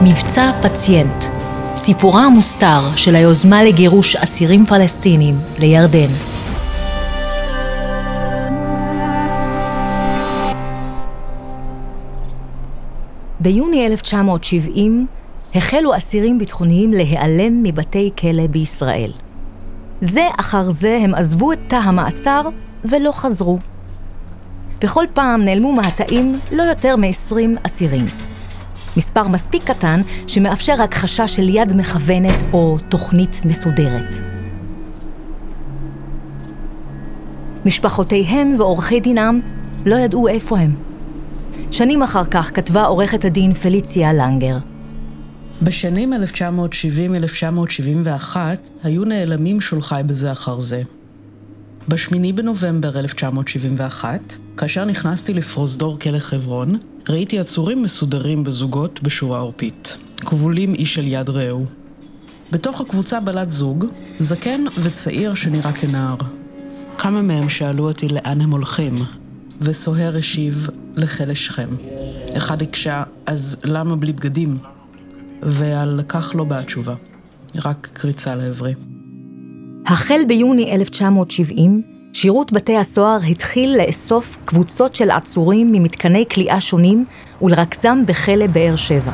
מבצע פציינט, סיפורה המוסתר של היוזמה לגירוש אסירים פלסטינים לירדן. ביוני 1970 החלו אסירים ביטחוניים להיעלם מבתי כלא בישראל. זה אחר זה הם עזבו את תא המעצר ולא חזרו. בכל פעם נעלמו מהתאים לא יותר מ-20 אסירים. מספר מספיק קטן שמאפשר הכחשה של יד מכוונת או תוכנית מסודרת. משפחותיהם ועורכי דינם לא ידעו איפה הם. שנים אחר כך כתבה עורכת הדין פליציה לנגר. בשנים 1970-1971 היו נעלמים שולחי בזה אחר זה. ב8 בנובמבר 1971, כאשר נכנסתי לפרוזדור כלא חברון, ראיתי עצורים מסודרים בזוגות בשורה עורפית, כבולים איש על יד רעהו. בתוך הקבוצה בלט זוג, זקן וצעיר שנראה כנער. כמה מהם שאלו אותי לאן הם הולכים, וסוהר השיב לכלא שכם. אחד הקשה, אז למה בלי בגדים? ועל כך לא באה תשובה, רק קריצה לעברי. החל ביוני 1970, שירות בתי הסוהר התחיל לאסוף קבוצות של עצורים ממתקני כליאה שונים ולרכזם בכלא באר שבע.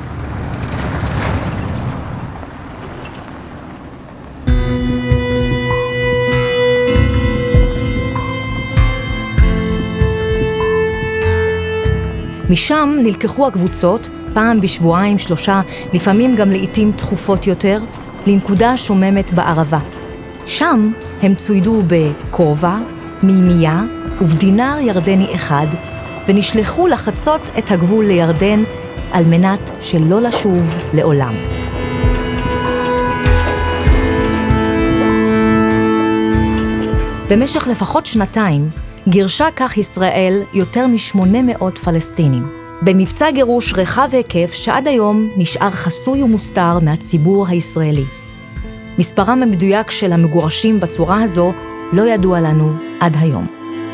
משם נלקחו הקבוצות, פעם בשבועיים 3, לפעמים גם לעתים תכופות יותר, לנקודה שוממת בערבה. שם הם צוידו בכובע, מימייה ובדינר ירדני אחד, ונשלחו לחצות את הגבול לירדן על מנת שלא לשוב לעולם. במשך לפחות 2 גירשה כך ישראל יותר מ800 פלסטינים. במבצע גירוש רחב היקף שעד היום נשאר חסוי ומוסתר מהציבור הישראלי. מספרם המדויק של המגורשים בצורה הזו לא ידוע לנו עד היום.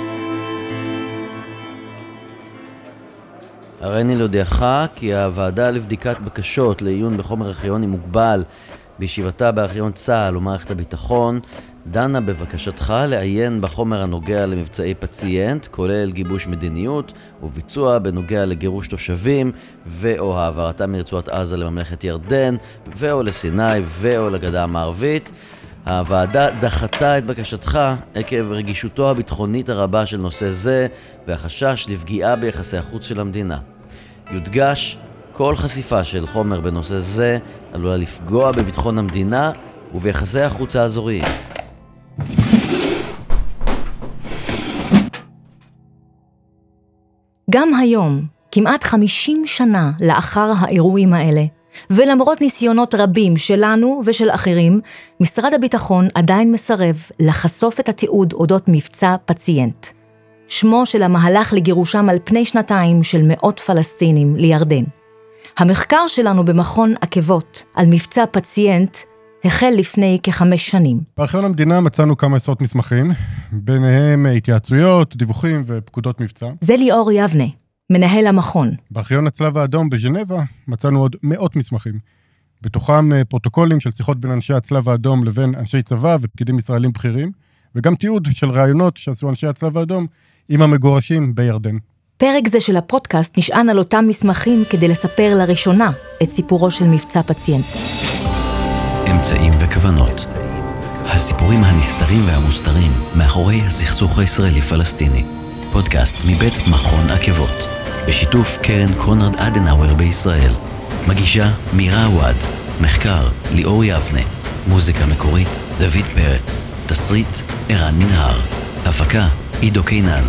הריני להודיעך כי הוועדה לבדיקת בקשות לעיון בחומר ארכיוני מוגבל בישיבתה בארכיון צה"ל ומערכת הביטחון דנה בבקשתך לעיין בחומר הנוגע למבצעי פציינט, כולל גיבוש מדיניות וביצוע בנוגע לגירוש תושבים ואו העברתם מרצועת עזה לממלכת ירדן ואו לסיני ואו לגדה המערבית. הוועדה דחתה את בקשתך עקב רגישותו הביטחונית הרבה של נושא זה והחשש לפגיעה ביחסי החוץ של המדינה. יודגש, כל חשיפה של חומר בנושא זה עלולה לפגוע בביטחון המדינה וביחסי החוץ האזוריים. גם היום, כמעט 50 שנה לאחר האירועים האלה, ולמרות ניסיונות רבים שלנו ושל אחרים, משרד הביטחון עדיין מסרב לחשוף את התיעוד אודות מבצע פציינט. שמו של המהלך לגירושם על פני 2 של מאות פלסטינים לירדן. המחקר שלנו במכון עקבות על מבצע פציינט החל לפני כ5 שנים. בארכיון המדינה מצאנו כמה עשרות מסמכים, ביניהם התייעצויות, דיווחים ופקודות מבצע. זה ליאור יבנה, מנהל המכון. בארכיון הצלב האדום בז'נבה מצאנו עוד מאות מסמכים. בתוכם פרוטוקולים של שיחות בין אנשי הצלב האדום לבין אנשי צבא ופקידים ישראלים בכירים, וגם תיעוד של ראיונות שעשו אנשי הצלב האדום עם המגורשים בירדן. פרק זה של הפודקאסט נשען על אותם מסמכים כדי לספר לראשונה את סיפורו של מבצע פציינט. אמצעים וכוונות. הסיפורים הנסתרים והמוסתרים מאחורי הסכסוך הישראלי-פלסטיני. פודקאסט מבית מכון עקבות. בשיתוף קרן קונרד אדנאואר בישראל. מגישה מירה עווד. מחקר ליאור יבנה. מוזיקה מקורית דוד פרץ. תסריט ערן מנהר. הפקה עידו קינן.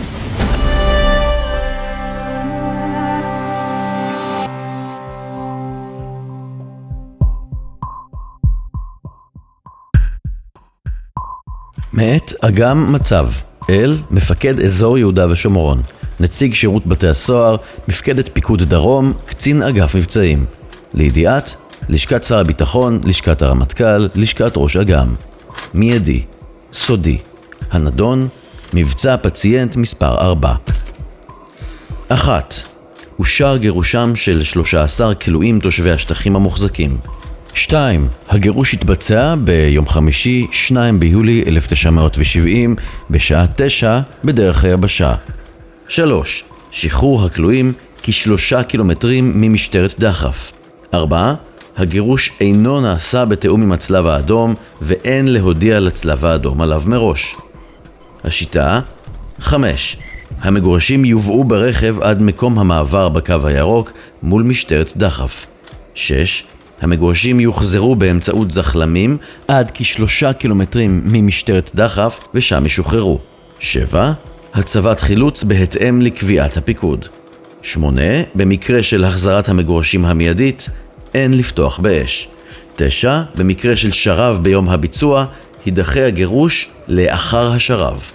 מאת אגם מצב, אל מפקד אזור יהודה ושומרון, נציג שירות בתי הסוהר, מפקדת פיקוד דרום, קצין אגף מבצעים. לידיעת, לשכת שר הביטחון, לשכת הרמטכ"ל, לשכת ראש אג"ם. מיידי, סודי. הנדון, מבצע פציינט מספר 4. 1. אושר גירושם של 13 כלואים תושבי השטחים המוחזקים. 2. הגירוש התבצע ביום חמישי, 2 ביולי 1970, בשעה 9 בדרך היבשה. 3. שחרור הכלואים כ3 קילומטרים ממשטרת דחף. 4. הגירוש אינו נעשה בתאום עם הצלב האדום, ואין להודיע לצלב האדום עליו מראש. השיטה. 5. המגורשים יובאו ברכב עד מקום המעבר בקו הירוק מול משטרת דחף. 6. המגורשים יוחזרו באמצעות זחלמים עד כ3 קילומטרים ממשטרת דחף ושם ישוחררו. 7. הצבת חילוץ בהתאם לקביעת הפיקוד. 8. במקרה של החזרת המגורשים המיידית, אין לפתוח באש. 9. במקרה של שרב ביום הביצוע, יידחה הגירוש לאחר השרב.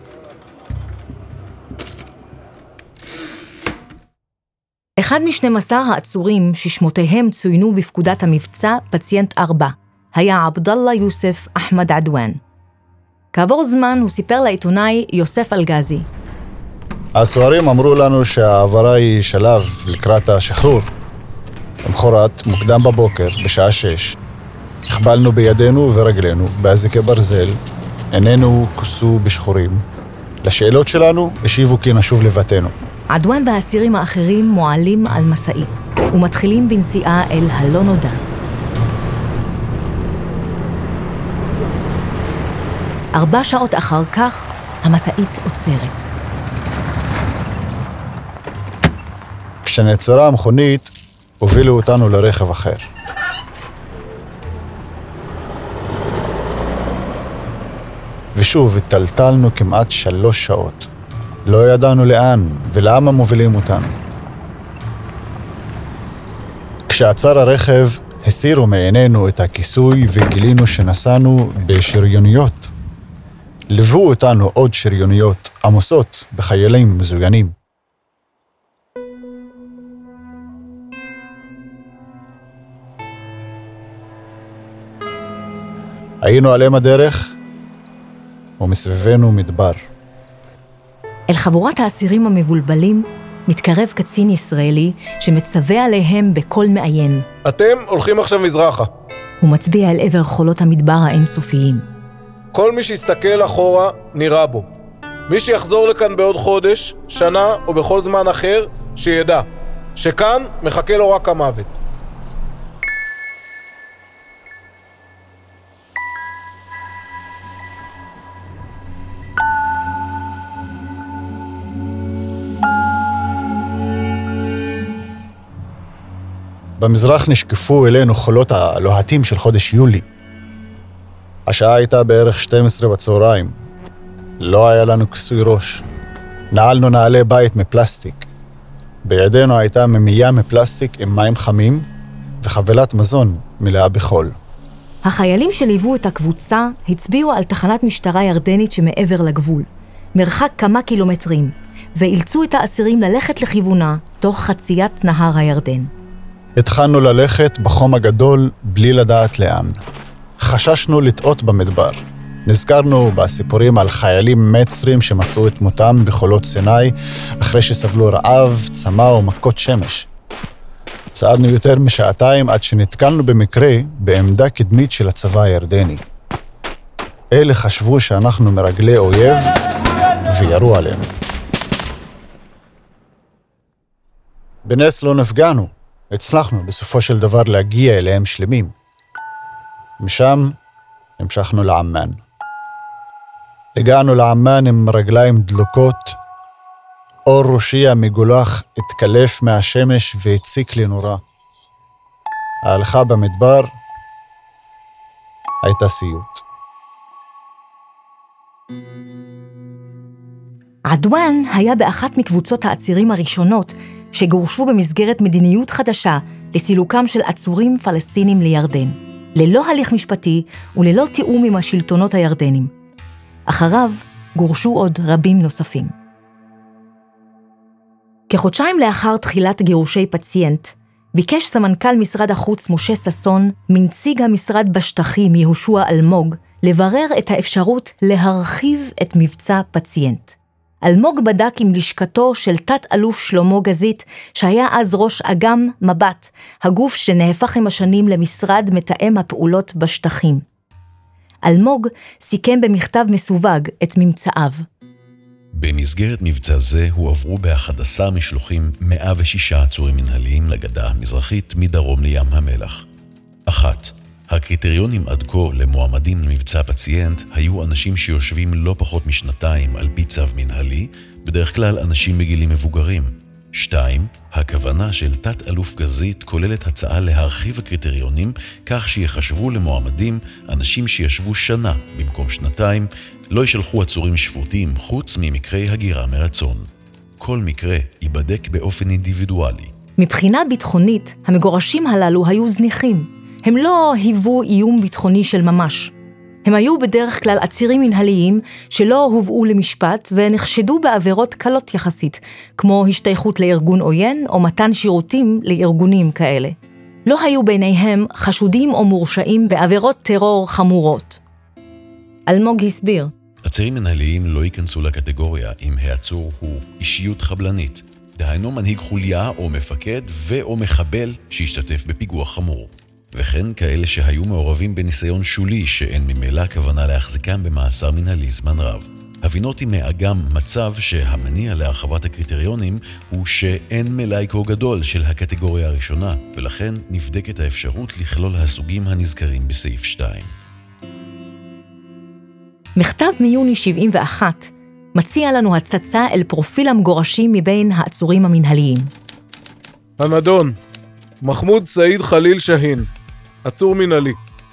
אחד מ12 העצורים ששמותיהם צוינו בפקודת המבצע פציינט 4, היה עבדאללה יוסף אחמד עדואן. כעבור זמן הוא סיפר לעיתונאי יוסף אלגזי. הסוהרים אמרו לנו שהעברה היא שלב לקראת השחרור. למחרת, מוקדם בבוקר, בשעה 6, הכבלנו בידינו ורגלינו באזיקי ברזל, עינינו כוסו בשחורים. לשאלות שלנו השיבו כי נשוב לבתנו. עדואן והאסירים האחרים מועלים על מסעית ומתחילים בנסיעה אל הלא נודע. ארבע שעות אחר כך המסעית עוצרת. כשנעצרה המכונית, הובילו אותנו לרכב אחר. ושוב הטלטלנו כמעט 3 שעות. לא ידענו לאן ולמה מובילים אותנו. כשעצר הרכב, הסירו מעינינו את הכיסוי וגילינו שנסענו בשריוניות. ליוו אותנו עוד שריוניות עמוסות בחיילים מזוינים. היינו על אם הדרך ומסביבנו מדבר. אל חבורת האסירים המבולבלים מתקרב קצין ישראלי שמצווה עליהם בקול מעיין. אתם הולכים עכשיו מזרחה. הוא מצביע אל עבר חולות המדבר האינסופיים. כל מי שיסתכל אחורה נראה בו. מי שיחזור לכאן בעוד חודש, שנה או בכל זמן אחר, שידע שכאן מחכה לו רק המוות. במזרח נשקפו אלינו חולות הלוהטים של חודש יולי. השעה הייתה בערך 12 בצהריים. לא היה לנו כיסוי ראש. נעלנו נעלי בית מפלסטיק. בידינו הייתה ממייה מפלסטיק עם מים חמים וחבילת מזון מלאה בחול. החיילים שליוו את הקבוצה הצביעו על תחנת משטרה ירדנית שמעבר לגבול, מרחק כמה קילומטרים, ואילצו את האסירים ללכת לכיוונה תוך חציית נהר הירדן. התחלנו ללכת בחום הגדול בלי לדעת לאן. חששנו לטעות במדבר. נזכרנו בסיפורים על חיילים מצרים שמצאו את מותם בחולות סיני אחרי שסבלו רעב, צמא ומכות שמש. צעדנו יותר משעתיים עד שנתקלנו במקרה בעמדה קדמית של הצבא הירדני. אלה חשבו שאנחנו מרגלי אויב וירו עלינו. בנס לא נפגענו. הצלחנו בסופו של דבר להגיע אליהם שלמים. משם המשכנו לעמן. הגענו לעמן עם רגליים דלוקות, אור ראשי המגולח התקלף מהשמש והציק לי נורא. ההלכה במדבר הייתה סיוט. עדואן היה באחת מקבוצות העצירים הראשונות שגורשו במסגרת מדיניות חדשה לסילוקם של עצורים פלסטינים לירדן, ללא הליך משפטי וללא תיאום עם השלטונות הירדנים. אחריו גורשו עוד רבים נוספים. כחודשיים לאחר תחילת גירושי פציינט, ביקש סמנכ"ל משרד החוץ משה ססון מנציג המשרד בשטחים יהושע אלמוג לברר את האפשרות להרחיב את מבצע פציינט. אלמוג בדק עם לשכתו של תת-אלוף שלמה גזית, שהיה אז ראש אג"ם מבט, הגוף שנהפך עם השנים למשרד מתאם הפעולות בשטחים. אלמוג סיכם במכתב מסווג את ממצאיו. במסגרת מבצע זה הועברו ב-11 משלוחים 106 עצורים מנהליים לגדה המזרחית מדרום לים המלח. 1. הקריטריונים עד כה למועמדים למבצע פציינט היו אנשים שיושבים לא פחות משנתיים על פי צו מנהלי, בדרך כלל אנשים בגילים מבוגרים. 2. הכוונה של תת-אלוף גזית כוללת הצעה להרחיב הקריטריונים כך שיחשבו למועמדים אנשים שישבו שנה במקום שנתיים, לא ישלחו עצורים שפוטים חוץ ממקרי הגירה מרצון. כל מקרה ייבדק באופן אינדיבידואלי. מבחינה ביטחונית, המגורשים הללו היו זניחים. הם לא היוו איום ביטחוני של ממש. הם היו בדרך כלל עצירים מנהליים שלא הובאו למשפט ונחשדו בעבירות קלות יחסית, כמו השתייכות לארגון עוין או מתן שירותים לארגונים כאלה. לא היו ביניהם חשודים או מורשעים בעבירות טרור חמורות. אלמוג הסביר. עצירים מנהליים לא ייכנסו לקטגוריה אם העצור הוא אישיות חבלנית, דהיינו מנהיג חוליה או מפקד או מחבל שהשתתף בפיגוע חמור. וכן כאלה שהיו מעורבים בניסיון שולי שאין ממילא כוונה להחזיקם במאסר מנהלי זמן רב. הבינותי מאגם מצב שהמניע להרחבת הקריטריונים הוא שאין מלאי כה גדול של הקטגוריה הראשונה, ולכן נבדקת האפשרות לכלול הסוגים הנזכרים בסעיף 2. מכתב מיוני 71 מציע לנו הצצה אל פרופיל המגורשים מבין העצורים המנהליים. הנדון, מחמוד סעיד חליל שהין, עצור מנהלי.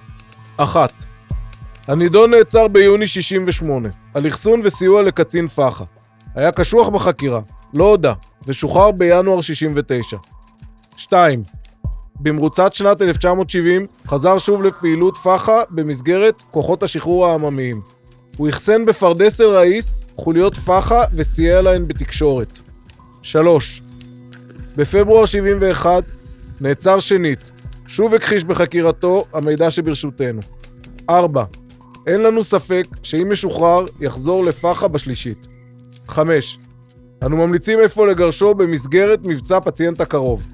1. הנידון נעצר ביוני 68, על אחסון וסיוע לקצין פחה. היה קשוח בחקירה, לא הודע, ושוחרר בינואר 69. 2. במרוצת שנת 1970 חזר שוב לפעילות פחה במסגרת כוחות השחרור העממיים. הוא אחסן בפרדס אל ראיס חוליות פחה וסייע להן בתקשורת. 3. בפברואר 71 נעצר שנית, שוב הכחיש בחקירתו המידע שברשותנו. 4. אין לנו ספק שאם משוחרר יחזור לפחה בשלישית. 5. אנו ממליצים איפה לגרשו במסגרת מבצע פציינט הקרוב.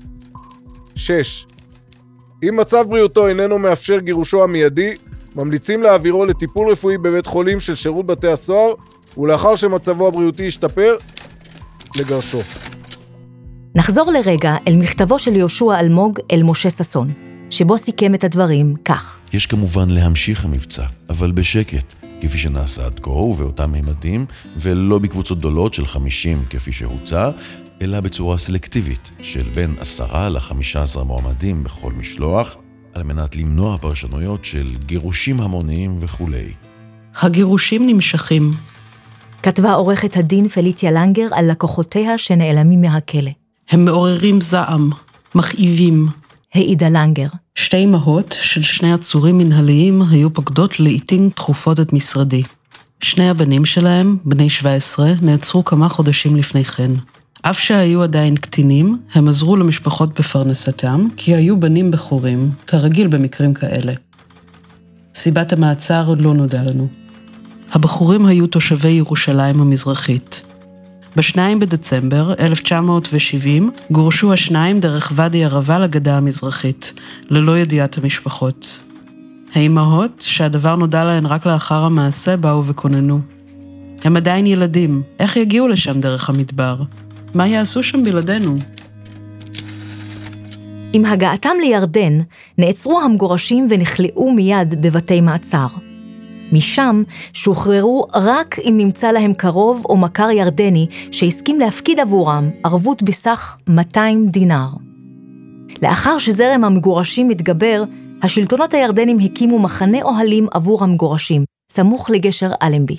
6. אם מצב בריאותו איננו מאפשר גירושו המיידי, ממליצים להעבירו לטיפול רפואי בבית חולים של שירות בתי הסוהר, ולאחר שמצבו הבריאותי ישתפר, לגרשו. נחזור לרגע אל מכתבו של יהושע אלמוג אל משה ששון, שבו סיכם את הדברים כך. יש כמובן להמשיך המבצע, אבל בשקט, כפי שנעשה עד כה ובאותם ממדים, ולא בקבוצות גדולות של 50 כפי שהוצע, אלא בצורה סלקטיבית של בין 10 ל-15 מועמדים בכל משלוח, על מנת למנוע פרשנויות של גירושים המוניים וכו'. הגירושים נמשכים. כתבה עורכת הדין פליציה לנגר על לקוחותיה שנעלמים מהכלא. הם מעוררים זעם, מכאיבים. העידה לנגר. 2 אמהות של 2 עצורים מנהליים היו פוקדות לעתים תכופות את משרדי. 2 הבנים שלהם, בני 17, נעצרו כמה חודשים לפני כן. אף שהיו עדיין קטינים, הם עזרו למשפחות בפרנסתם, כי היו בנים בחורים, כרגיל במקרים כאלה. סיבת המעצר לא נודע לנו. הבחורים היו תושבי ירושלים המזרחית. ב-2 בדצמבר 1970 גורשו השניים דרך ואדי ערבה לגדה המזרחית, ללא ידיעת המשפחות. האימהות, שהדבר נודע להן רק לאחר המעשה, באו וכוננו. הם עדיין ילדים, איך יגיעו לשם דרך המדבר? מה יעשו שם בלעדינו? עם הגעתם לירדן, נעצרו המגורשים ונכלאו מיד בבתי מעצר. משם שוחררו רק אם נמצא להם קרוב או מכר ירדני שהסכים להפקיד עבורם ערבות בסך 200 דינר. לאחר שזרם המגורשים מתגבר, השלטונות הירדנים הקימו מחנה אוהלים עבור המגורשים, סמוך לגשר אלנבי.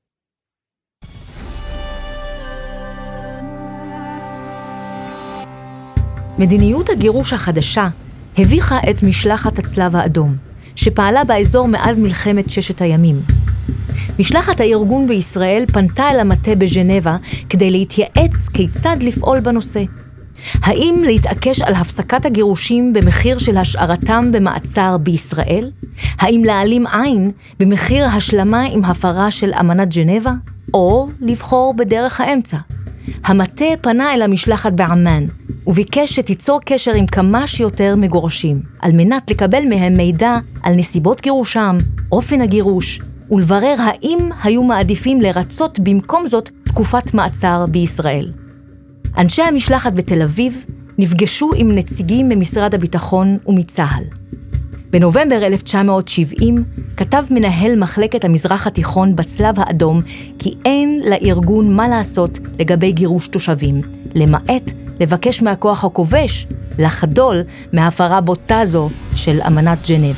מדיניות הגירוש החדשה הביכה את משלחת הצלב האדום, שפעלה באזור מאז מלחמת 6 הימים. משלחת הארגון בישראל פנתה אל המטה בז'נבה כדי להתייעץ כיצד לפעול בנושא. האם להתעקש על הפסקת הגירושים במחיר של השארתם במעצר בישראל? האם להעלים עין במחיר השלמה עם הפרה של אמנת ז'נבה? או לבחור בדרך האמצע. המטה פנה אל המשלחת בעמן, וביקש שתיצור קשר עם כמה שיותר מגורשים, על מנת לקבל מהם מידע על נסיבות גירושם, אופן הגירוש, ולברר האם היו מעדיפים לרצות במקום זאת תקופת מעצר בישראל. אנשי המשלחת בתל אביב נפגשו עם נציגים ממשרד הביטחון ומצה"ל. בנובמבר 1970 כתב מנהל מחלקת המזרח התיכון בצלב האדום כי אין לארגון מה לעשות לגבי גירוש תושבים, למעט לבקש מהכוח הכובש לחדול מהפרה בוטה זו של אמנת ג'נבה.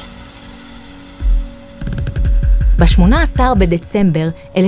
ב-18 בדצמבר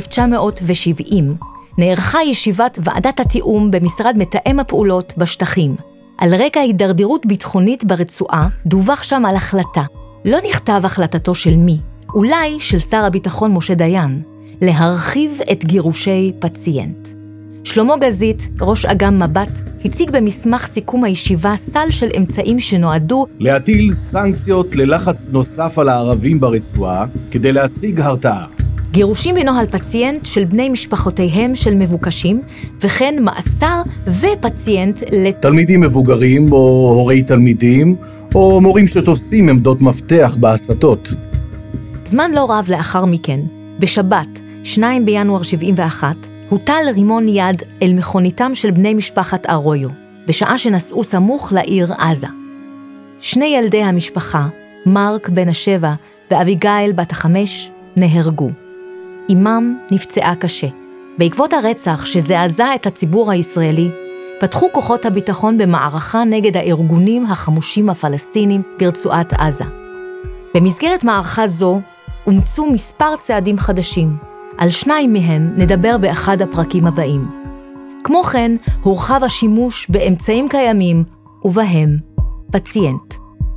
1970 נערכה ישיבת ועדת התיאום במשרד מתאם הפעולות בשטחים. על רקע הידרדרות ביטחונית ברצועה דווח שם על החלטה. לא נכתב החלטתו של מי, אולי של שר הביטחון משה דיין, להרחיב את גירושי פציינט. שלמה גזית, ראש אג"ם מבט, הציג במסמך סיכום הישיבה סל של אמצעים שנועדו להטיל סנקציות ללחץ נוסף על הערבים ברצועה כדי להשיג הרתעה. גירושים בנוהל פציינט של בני משפחותיהם של מבוקשים, וכן מאסר ופציינט לתלמידים מבוגרים או הורי תלמידים, או מורים שתופסים עמדות מפתח בהסתות. זמן לא רב לאחר מכן, בשבת, 2 בינואר 71, הוטל רימון יד אל מכוניתם של בני משפחת ארויו, בשעה שנסעו סמוך לעיר עזה. 2 ילדי המשפחה, מרק בן 7 ואביגיל בת 5, נהרגו. אמם נפצעה קשה. בעקבות הרצח שזעזע את הציבור הישראלי, פתחו כוחות הביטחון במערכה נגד הארגונים החמושים הפלסטינים ברצועת עזה. במסגרת מערכה זו אומצו מספר צעדים חדשים. על 2 מהם נדבר באחד הפרקים הבאים. כמו כן, הורחב השימוש באמצעים קיימים, ובהם פציינט.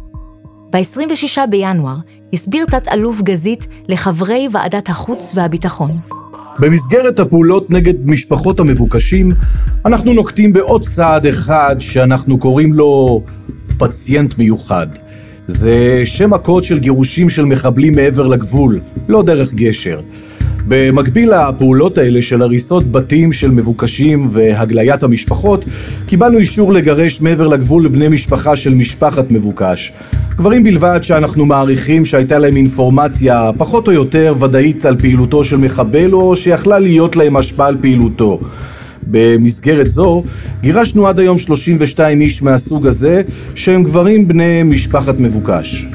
ב-26 בינואר הסביר תת-אלוף גזית לחברי ועדת החוץ והביטחון. במסגרת הפעולות נגד משפחות המבוקשים, אנחנו נוקטים בעוד צעד אחד שאנחנו קוראים לו פציינט מיוחד. זה שם הקוד של גירושים של מחבלים מעבר לגבול, לא דרך גשר. במקביל לפעולות האלה של הריסות בתים של מבוקשים והגליית המשפחות, קיבלנו אישור לגרש מעבר לגבול לבני משפחה של משפחת מבוקש. גברים בלבד שאנחנו מעריכים שהייתה להם אינפורמציה פחות או יותר ודאית על פעילותו של מחבל או שיכלה להיות להם השפעה על פעילותו. במסגרת זו גירשנו עד היום 32 איש מהסוג הזה שהם גברים בני משפחת מבוקש.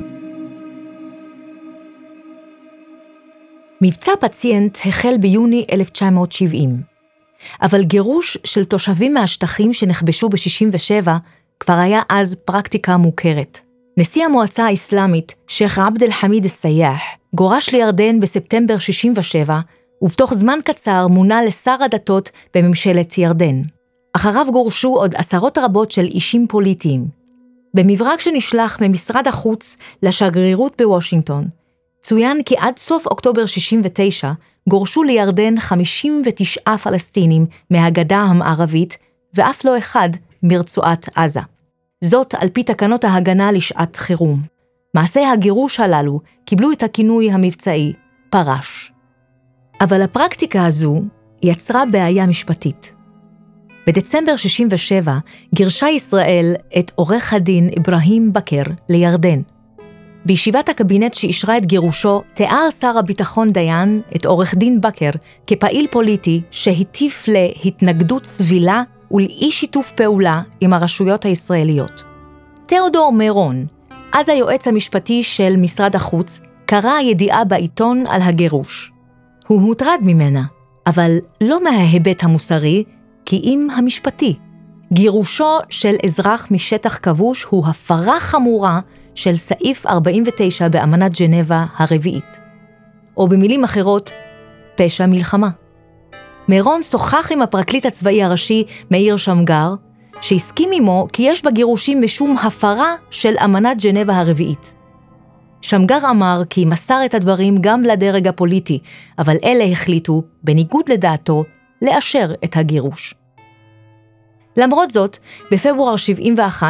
מבצע פציינט החל ביוני 1970, אבל גירוש של תושבים מהשטחים שנכבשו ב-67 כבר היה אז פרקטיקה מוכרת. נשיא המועצה האסלאמית, שייח עבד אל-חמיד אל-סייח, גורש לירדן בספטמבר 67, ובתוך זמן קצר מונה לשר הדתות בממשלת ירדן. אחריו גורשו עוד עשרות רבות של אישים פוליטיים. במברק שנשלח ממשרד החוץ לשגרירות בוושינגטון, צוין כי עד סוף אוקטובר 69 גורשו לירדן 59 פלסטינים מהגדה המערבית, ואף לא אחד מרצועת עזה. זאת על פי תקנות ההגנה לשעת חירום. מעשי הגירוש הללו קיבלו את הכינוי המבצעי פרש. אבל הפרקטיקה הזו יצרה בעיה משפטית. בדצמבר 67 גירשה ישראל את עורך הדין אברהים בכר לירדן. בישיבת הקבינט שאישרה את גירושו, תיאר שר הביטחון דיין את עורך דין בכר כפעיל פוליטי שהטיף להתנגדות סבילה ולאי שיתוף פעולה עם הרשויות הישראליות. תיאודור מירון, אז היועץ המשפטי של משרד החוץ, קרא ידיעה בעיתון על הגירוש. הוא הוטרד ממנה, אבל לא מההיבט המוסרי, כי אם המשפטי. גירושו של אזרח משטח כבוש הוא הפרה חמורה של סעיף 49 באמנת ג'נבה הרביעית. או במילים אחרות, פשע מלחמה. מירון שוחח עם הפרקליט הצבאי הראשי מאיר שמגר, שהסכים עמו כי יש בגירושים משום הפרה של אמנת ג'נבה הרביעית. שמגר אמר כי מסר את הדברים גם לדרג הפוליטי, אבל אלה החליטו, בניגוד לדעתו, לאשר את הגירוש. למרות זאת, בפברואר 71,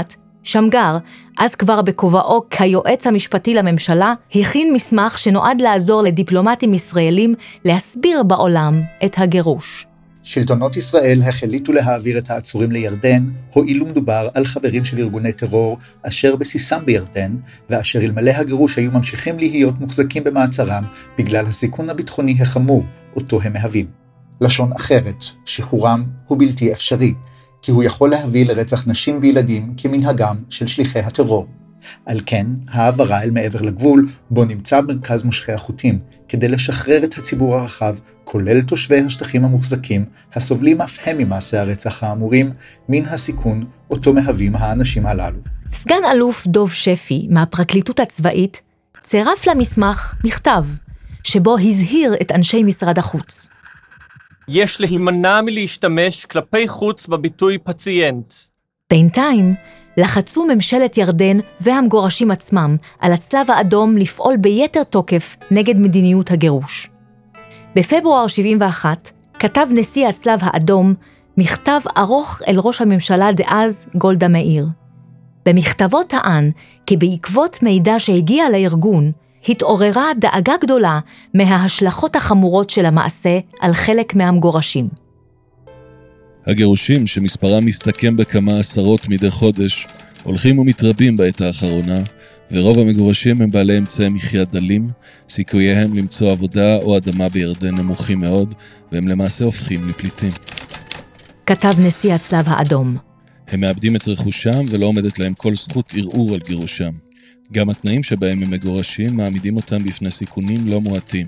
שמגר, אז כבר בכובעו כיועץ המשפטי לממשלה, הכין מסמך שנועד לעזור לדיפלומטים ישראלים להסביר בעולם את הגירוש. שלטונות ישראל החליטו להעביר את העצורים לירדן, הואילו מדובר על חברים של ארגוני טרור אשר בסיסם בירדן, ואשר אלמלא הגירוש היו ממשיכים להיות מוחזקים במעצרם בגלל הסיכון הביטחוני החמור אותו הם מהווים. לשון אחרת, שחרורם הוא בלתי אפשרי, כי הוא יכול להביא לרצח נשים וילדים כמנהגם של שליחי הטרור. על כן, העברה אל מעבר לגבול, בו נמצא מרכז מושכי החוטים, כדי לשחרר את הציבור הרחב, כולל תושבי השטחים המוחזקים, הסובלים אף הם ממעשי הרצח האמורים, מן הסיכון אותו מהווים האנשים הללו. סגן אלוף דוב שפי מהפרקליטות הצבאית צירף למסמך מכתב, שבו הזהיר את אנשי משרד החוץ. יש להימנע מלהשתמש כלפי חוץ בביטוי פציינט. בינתיים לחצו ממשלת ירדן והמגורשים עצמם על הצלב האדום לפעול ביתר תוקף נגד מדיניות הגירוש. בפברואר 71 כתב נשיא הצלב האדום מכתב ארוך אל ראש הממשלה דאז גולדה מאיר. במכתבו טען כי בעקבות מידע שהגיע לארגון, התעוררה דאגה גדולה מההשלכות החמורות של המעשה על חלק מהמגורשים. הגירושים, שמספרם מסתכם בכמה עשרות מדי חודש, הולכים ומתרבים בעת האחרונה, ורוב המגורשים הם בעלי אמצעי מחיה דלים, סיכוייהם למצוא עבודה או אדמה בירדן נמוכים מאוד, והם למעשה הופכים לפליטים. כתב נשיא הצלב האדום. הם מאבדים את רכושם ולא עומדת להם כל זכות ערעור על גירושם. גם התנאים שבהם הם מגורשים מעמידים אותם בפני סיכונים לא מועטים.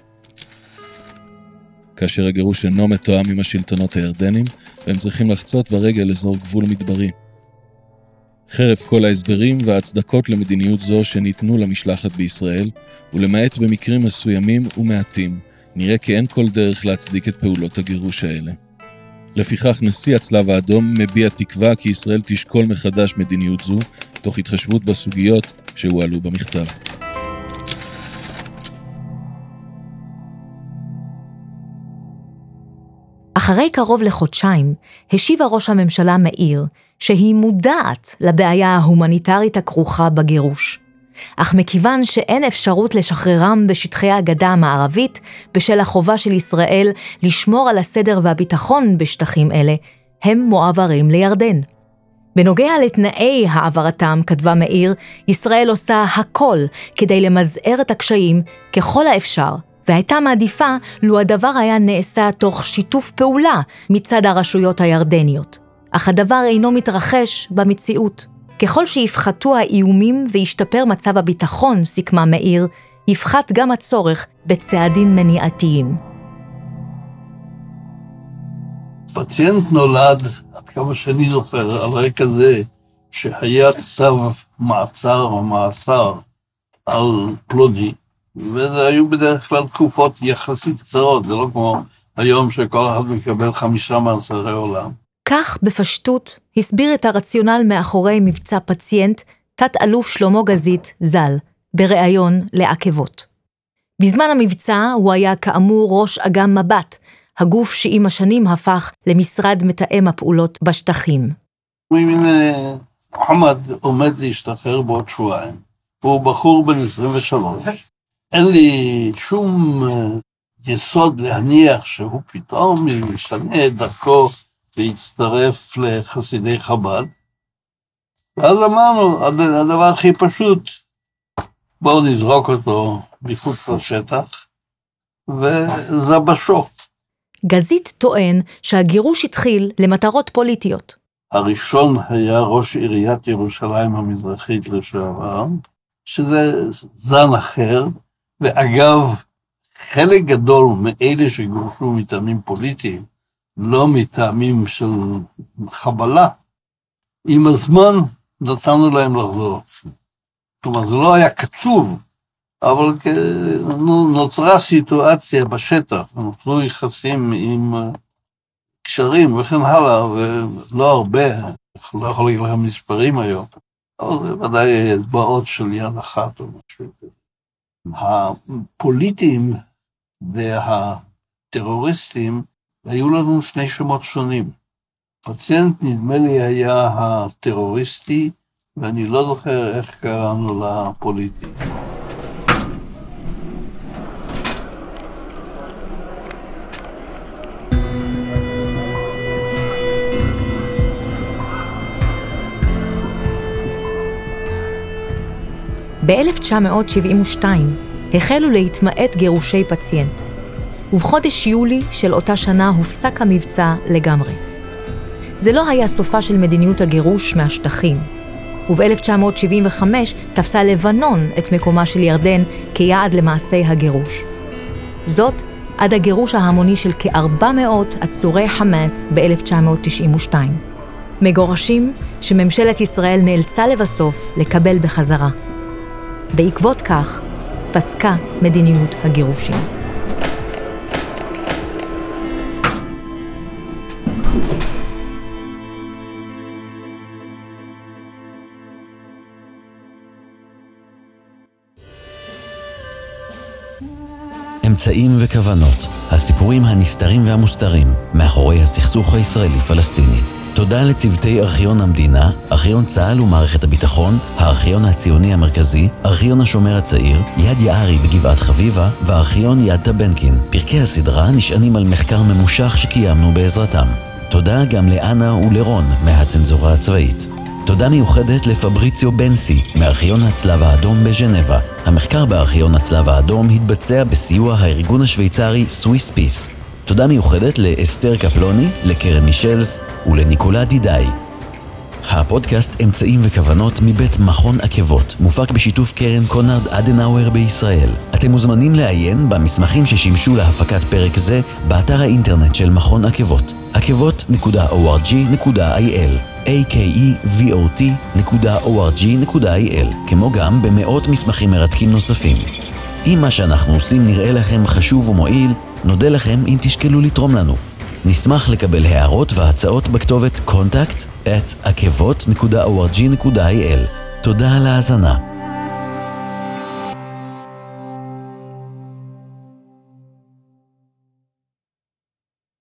כאשר הגירוש אינו מתואם עם השלטונות הירדנים, והם צריכים לחצות ברגל אזור גבול מדברי. חרף כל ההסברים וההצדקות למדיניות זו שניתנו למשלחת בישראל, ולמעט במקרים מסוימים ומעטים, נראה כי אין כל דרך להצדיק את פעולות הגירוש האלה. לפיכך נשיא הצלב האדום מביע תקווה כי ישראל תשקול מחדש מדיניות זו, תוך התחשבות בסוגיות שהועלו במכתב. אחרי קרוב לחודשיים, השיבה ראש הממשלה מאיר שהיא מודעת לבעיה ההומניטרית הכרוכה בגירוש. אך מכיוון שאין אפשרות לשחררם בשטחי הגדה המערבית, בשל החובה של ישראל לשמור על הסדר והביטחון בשטחים אלה, הם מועברים לירדן. בנוגע לתנאי העברתם, כתבה מאיר, ישראל עושה הכל כדי למזער את הקשיים ככל האפשר, והייתה מעדיפה לו הדבר היה נעשה תוך שיתוף פעולה מצד הרשויות הירדניות. אך הדבר אינו מתרחש במציאות. ככל שיפחתו האיומים וישתפר מצב הביטחון, סיכמה מאיר, יפחת גם הצורך בצעדים מניעתיים. פציינט נולד, עד כמה שאני זוכר, על רקע זה שהיה צו מעצר או מאסר על פלוני, וזה היו בדרך כלל תקופות יחסית קצרות, זה לא כמו היום שכל אחד מקבל 5 מאסרי עולם. כך בפשטות הסביר את הרציונל מאחורי מבצע פציינט תת אלוף שלמה גזית ז"ל, בראיון לעקבות. בזמן המבצע הוא היה כאמור ראש אג"ם מבט, הגוף שעם השנים הפך למשרד מתאם הפעולות בשטחים. מוחמד עומד להשתחרר בעוד שבועיים, הוא בחור בן 23. אין לי שום יסוד להניח שהוא פתאום ישנה את דרכו להצטרף לחסידי חב"ד. ואז אמרנו, הדבר הכי פשוט, בואו נזרוק אותו מחוץ לשטח, וזבשו. גזית טוען שהגירוש התחיל למטרות פוליטיות. הראשון היה ראש עיריית ירושלים המזרחית לשעבר, שזה זן אחר, ואגב, חלק גדול מאלה שגורשו מטעמים פוליטיים, לא מטעמים של חבלה, עם הזמן נתנו להם לחזור. כלומר, זה לא היה קצוב, אבל נוצרה סיטואציה בשטח, נוצרו יחסים עם קשרים וכן הלאה, ולא הרבה, לא יכול להגיד לכם מספרים היום, אבל זה ודאי אצבעות של יד אחת או משהו כזה. הפוליטיים והטרוריסטים היו לנו 2 שמות שונים. פציינט נדמה לי היה הטרוריסטי, ואני לא זוכר איך קראנו לפוליטי. ב-1972 החלו להתמעט גירושי פציינט, ובחודש יולי של אותה שנה הופסק המבצע לגמרי. זה לא היה סופה של מדיניות הגירוש מהשטחים, וב-1975 תפסה לבנון את מקומה של ירדן כיעד למעשי הגירוש. זאת עד הגירוש ההמוני של כ-400 עצורי חמאס ב-1992. מגורשים שממשלת ישראל נאלצה לבסוף לקבל בחזרה. בעקבות כך פסקה מדיניות הגירושים. אמצעים וכוונות, הסיפורים הנסתרים והמוסתרים מאחורי הסכסוך הישראלי-פלסטיני. תודה לצוותי ארכיון המדינה, ארכיון צה"ל ומערכת הביטחון, הארכיון הציוני המרכזי, ארכיון השומר הצעיר, יד יערי בגבעת חביבה וארכיון יד טבנקין. פרקי הסדרה נשענים על מחקר ממושך שקיימנו בעזרתם. תודה גם לאנה ולרון מהצנזורה הצבאית. תודה מיוחדת לפבריציו בנסי מארכיון הצלב האדום בז'נבה. המחקר בארכיון הצלב האדום התבצע בסיוע הארגון השוויצרי סוויס פיס. תודה מיוחדת לאסתר קפלוני, לקרן מישלס ולניקולה דידאי. הפודקאסט אמצעים וכוונות מבית מכון עקבות, מופק בשיתוף קרן קונרד אדנאואר בישראל. אתם מוזמנים לעיין במסמכים ששימשו להפקת פרק זה באתר האינטרנט של מכון עקבות, akevot.org.il, akevot.org.il, כמו גם במאות מסמכים מרתקים נוספים. אם מה שאנחנו עושים נראה לכם חשוב ומועיל, נודה לכם אם תשקלו לתרום לנו. נשמח לקבל הערות והצעות בכתובת contact@akevot.org.il. תודה על ההאזנה.